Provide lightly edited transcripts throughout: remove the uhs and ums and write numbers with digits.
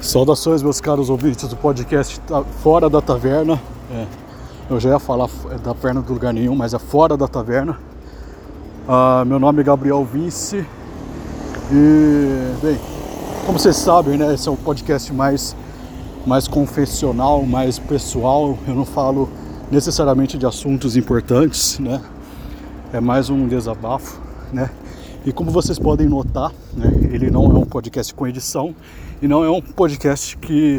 Saudações, meus caros ouvintes do podcast Fora da Taverna. Eu já ia falar da taverna do lugar nenhum, mas é Fora da Taverna. Meu nome é Gabriel Vince. E, bem, como vocês sabem, né, esse é um podcast mais confessional, mais pessoal. Eu não falo necessariamente de assuntos importantes, né? É mais um desabafo, né? E como vocês podem notar, né, ele não é um podcast com edição e não é um podcast que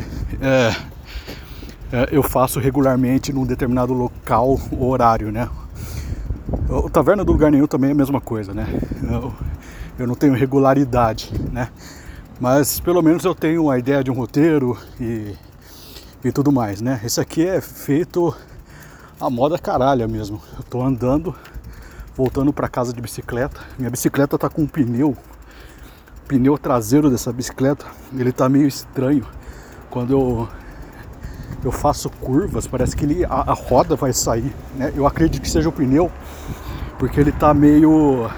eu faço regularmente num determinado local ou horário, né? O Taverna do Lugar Nenhum também é a mesma coisa, né? Eu não tenho regularidade, né? Mas pelo menos eu tenho a ideia de um roteiro e tudo mais, né? Esse aqui é feito a moda caralha mesmo. Eu tô andando, voltando para casa de bicicleta. Minha bicicleta tá com um pneu traseiro dessa bicicleta, ele tá meio estranho. Quando eu faço curvas, parece que a roda vai sair, né? Eu acredito que seja o pneu, porque ele tá meio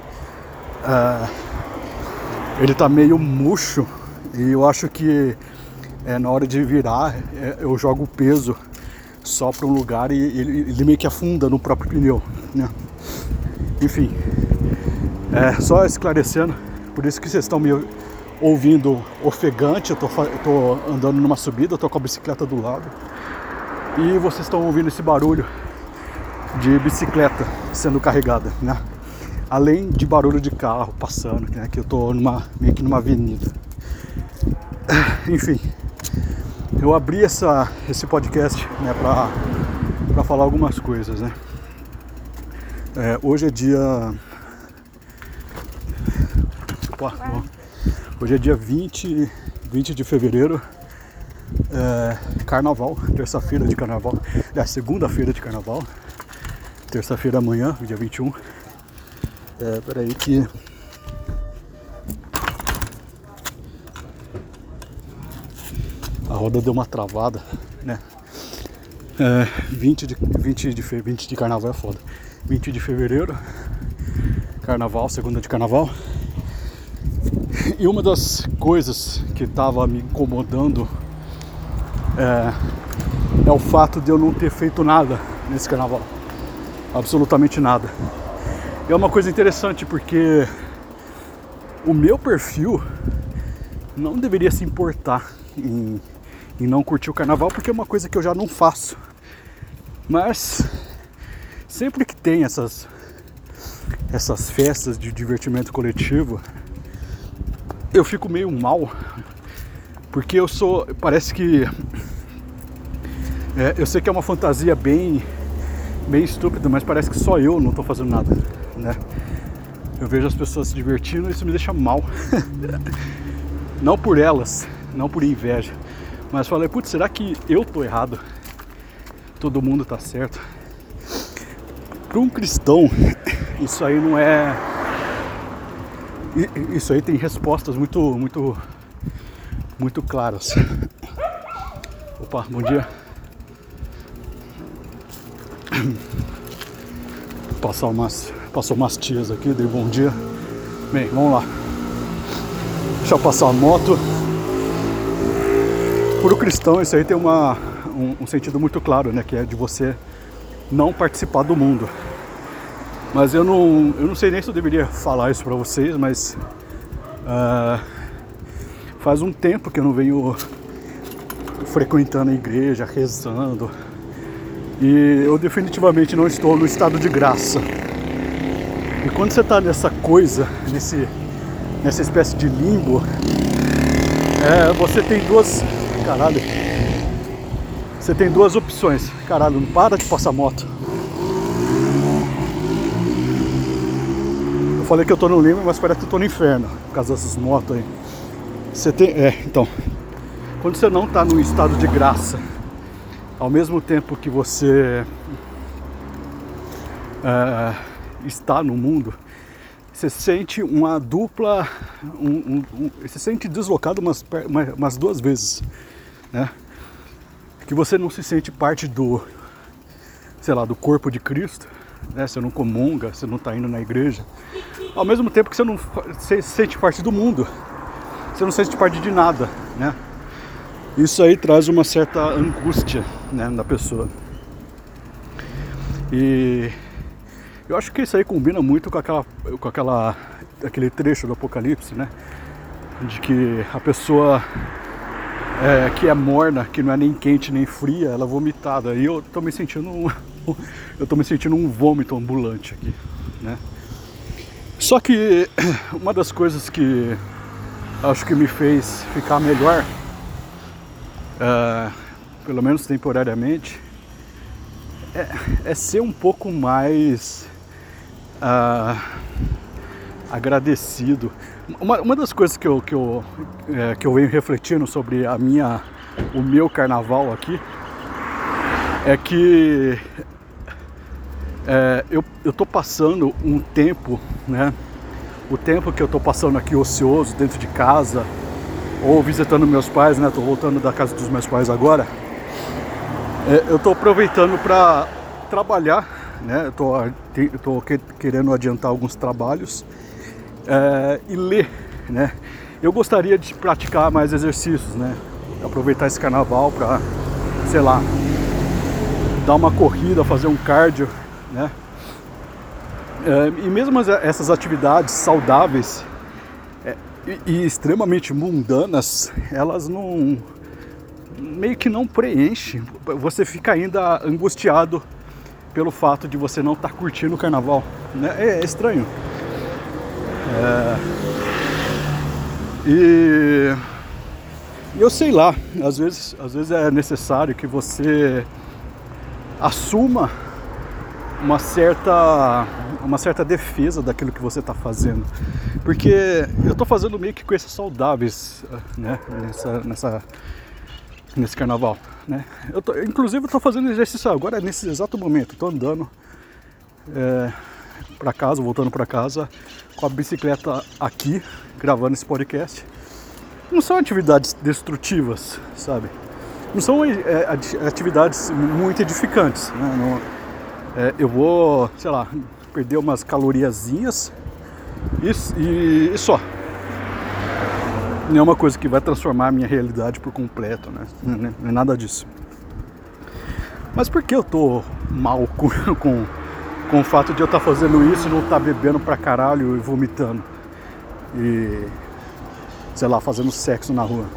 murcho, e eu acho que na hora de virar eu jogo o peso só para um lugar e ele meio que afunda no próprio pneu, né? Enfim, só esclarecendo, por isso que vocês estão me ouvindo ofegante. Eu tô andando numa subida, eu tô com a bicicleta do lado e vocês estão ouvindo esse barulho de bicicleta sendo carregada, né? Além de barulho de carro passando, né? Que eu tô meio que numa avenida. Enfim, eu abri esse podcast, né, pra falar algumas coisas, né? Hoje é dia... Hoje é dia 20 de fevereiro, carnaval, terça-feira de carnaval, segunda-feira de carnaval, terça-feira amanhã, dia 21. Peraí que... a roda deu uma travada, né? 20 de carnaval é foda. 20 de fevereiro, carnaval, segunda de carnaval. E uma das coisas que estava me incomodando é o fato de eu não ter feito nada nesse carnaval. Absolutamente nada. E é uma coisa interessante, porque o meu perfil não deveria se importar em não curtir o carnaval, porque é uma coisa que eu já não faço. Mas sempre que tem essas festas de divertimento coletivo, eu fico meio mal, porque parece que eu sei que é uma fantasia bem estúpida, mas parece que só eu não tô fazendo nada, né? Eu vejo as pessoas se divertindo e isso me deixa mal. Não por elas, não por inveja, mas falei, putz, será que eu tô errado? Todo mundo tá certo? Para um cristão, isso aí não é... Isso aí tem respostas muito claras. Opa, bom dia. Passou umas tias aqui, dei bom dia. Bem, vamos lá. Deixa eu passar a moto. Para o cristão, isso aí tem um sentido muito claro, né? Que é de você não participar do mundo. Mas eu não sei nem se eu deveria falar isso pra vocês, mas faz um tempo que eu não venho frequentando a igreja, rezando, e eu definitivamente não estou no estado de graça. E quando você tá nessa coisa, nessa espécie de limbo, você tem duas opções. Caralho, não para de passar moto. Eu falei que eu tô no limbo, mas parece que eu tô no inferno, por causa dessas motos aí. Então, quando você não tá no estado de graça, ao mesmo tempo que você está no mundo, você sente uma dupla, você sente deslocado umas duas vezes, né? Que você não se sente parte do corpo de Cristo, né? Você não comunga, você não está indo na igreja, ao mesmo tempo que você não se sente parte do mundo, você não se sente parte de nada, né? isso aí traz uma certa angústia, né, na pessoa. E eu acho que isso aí combina muito com aquele trecho do Apocalipse, né? De que a pessoa que é morna, que não é nem quente nem fria, ela é vomitada. E eu tô me sentindo um vômito ambulante aqui, né? Só que uma das coisas que acho que me fez ficar melhor, pelo menos temporariamente, é ser um pouco mais agradecido. Uma das coisas que eu venho refletindo sobre o meu carnaval aqui é que eu tô passando um tempo, né? O tempo que eu tô passando aqui ocioso dentro de casa ou visitando meus pais, né? Tô voltando da casa dos meus pais agora. Eu tô aproveitando para trabalhar, né? Eu tô querendo adiantar alguns trabalhos e ler, né? Eu gostaria de praticar mais exercícios, né? Aproveitar esse carnaval para, sei lá, dar uma corrida, fazer um cardio, né? E mesmo essas atividades saudáveis e extremamente mundanas, elas meio que não preenchem. Você fica ainda angustiado pelo fato de você não estar curtindo o carnaval, né? É estranho. E eu sei lá, às vezes é necessário que você assuma uma certa defesa daquilo que você está fazendo, porque eu estou fazendo meio que coisas saudáveis, né, nesse carnaval, né? Inclusive eu estou fazendo exercício agora nesse exato momento, estou andando para casa, voltando para casa com a bicicleta aqui, gravando esse podcast. Não são atividades destrutivas, sabe? Não são atividades muito edificantes, né? Eu vou, sei lá, perder umas caloriazinhas e só. Não é uma coisa que vai transformar a minha realidade por completo, né? Não é nada disso. Mas por que eu tô mal com o fato de eu estar fazendo isso e não estar bebendo pra caralho e vomitando? E, sei lá, fazendo sexo na rua?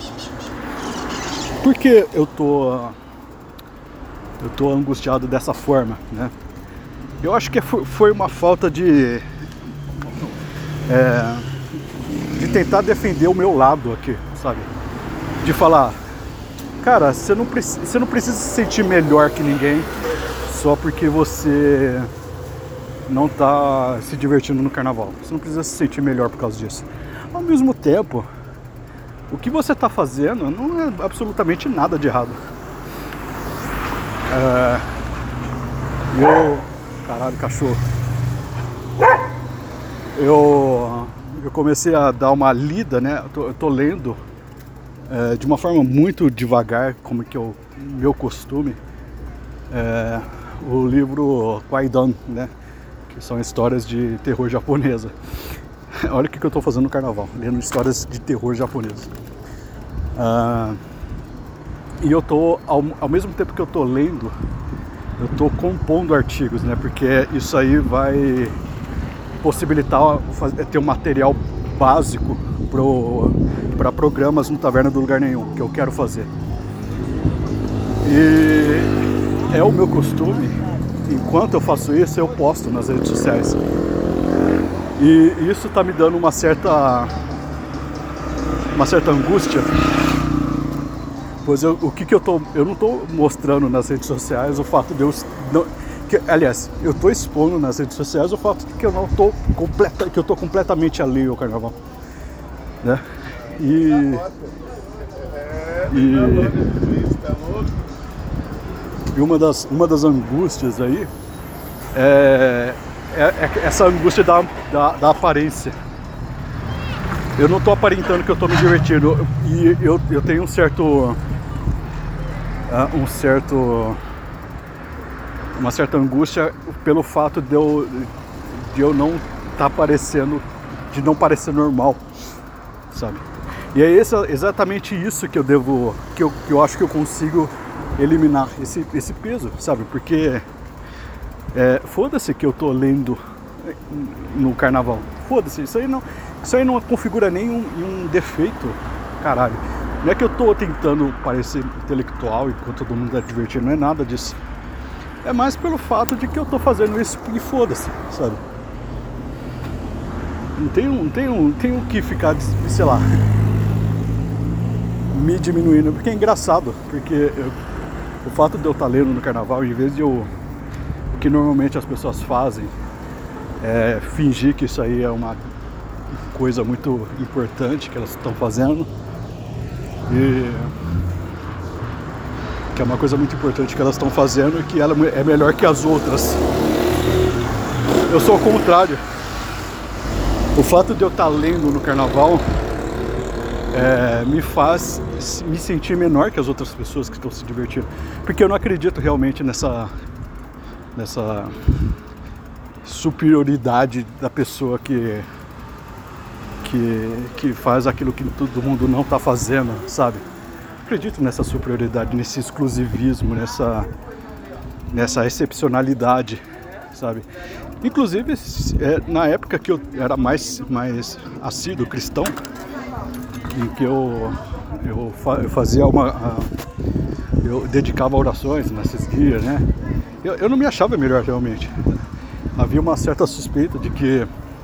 Por que eu tô angustiado dessa forma, né? Eu acho que foi uma falta de tentar defender o meu lado aqui, sabe? De falar, cara, você não precisa se sentir melhor que ninguém só porque você não tá se divertindo no carnaval. Você não precisa se sentir melhor por causa disso. Ao mesmo tempo, o que você tá fazendo não é absolutamente nada de errado. Caralho, cachorro. Eu comecei a dar uma lida, né? Eu tô lendo de uma forma muito devagar, como que é o meu costume, o livro Kwaidan, né? Que são histórias de terror japonesa. Olha o que eu tô fazendo no carnaval, lendo histórias de terror japonesa. E eu tô, ao mesmo tempo que eu tô lendo, eu tô compondo artigos, né? Porque isso aí vai possibilitar ter um material básico para programas no Taverna do Lugar Nenhum, que eu quero fazer. E é o meu costume, enquanto eu faço isso, eu posto nas redes sociais. E isso tá me dando uma certa angústia. Pois eu não tô mostrando nas redes sociais o fato de aliás, eu tô expondo nas redes sociais o fato de que eu tô completamente alheio ao carnaval, né? E uma das angústias aí é essa angústia da aparência. Eu não tô aparentando que eu tô me divertindo, e eu tenho uma certa angústia pelo fato de eu não estar parecendo, de não parecer normal, sabe? E é exatamente isso que eu acho que eu consigo eliminar esse peso, sabe? Porque foda-se que eu tô lendo no carnaval. Foda-se, isso aí não configura nenhum defeito, caralho. Não é que eu tô tentando parecer intelectual enquanto todo mundo tá divertindo, não é nada disso. É mais pelo fato de que eu tô fazendo isso e foda-se, sabe? Não tenho que ficar, sei lá, me diminuindo, porque é engraçado, porque o fato de eu estar lendo no carnaval, em vez de o que normalmente as pessoas fazem é fingir que isso aí é uma coisa muito importante que elas estão fazendo, e que é uma coisa muito importante que elas estão fazendo e que ela é melhor que as outras. Eu sou o contrário. O fato de eu estar lendo no carnaval me faz me sentir menor que as outras pessoas que estão se divertindo, porque eu não acredito realmente nessa superioridade da pessoa que faz aquilo que todo mundo não está fazendo, sabe? Acredito nessa superioridade, nesse exclusivismo, nessa excepcionalidade, sabe? Inclusive, na época que eu era mais assíduo cristão, em que eu fazia eu dedicava orações nesses dias, né? Eu não me achava melhor realmente. Havia uma certa suspeita de que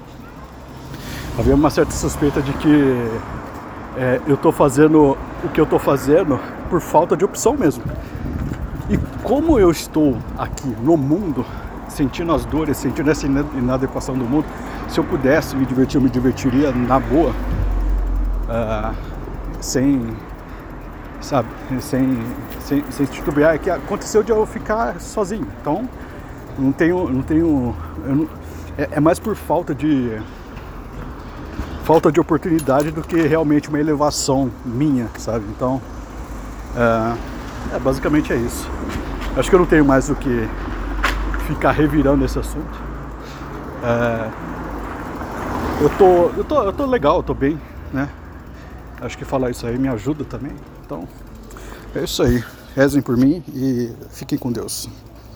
eu tô fazendo o que eu tô fazendo por falta de opção mesmo. E como eu estou aqui no mundo, sentindo as dores, sentindo essa inadequação do mundo, se eu pudesse me divertir, eu me divertiria na boa, sem titubear. É que aconteceu de eu ficar sozinho, então é mais por falta de oportunidade do que realmente uma elevação minha, sabe? Então basicamente é isso. Acho que eu não tenho mais o que ficar revirando esse assunto. Eu tô legal, eu tô bem, né? Acho que falar isso aí me ajuda também. Então, é isso aí. Rezem por mim e fiquem com Deus.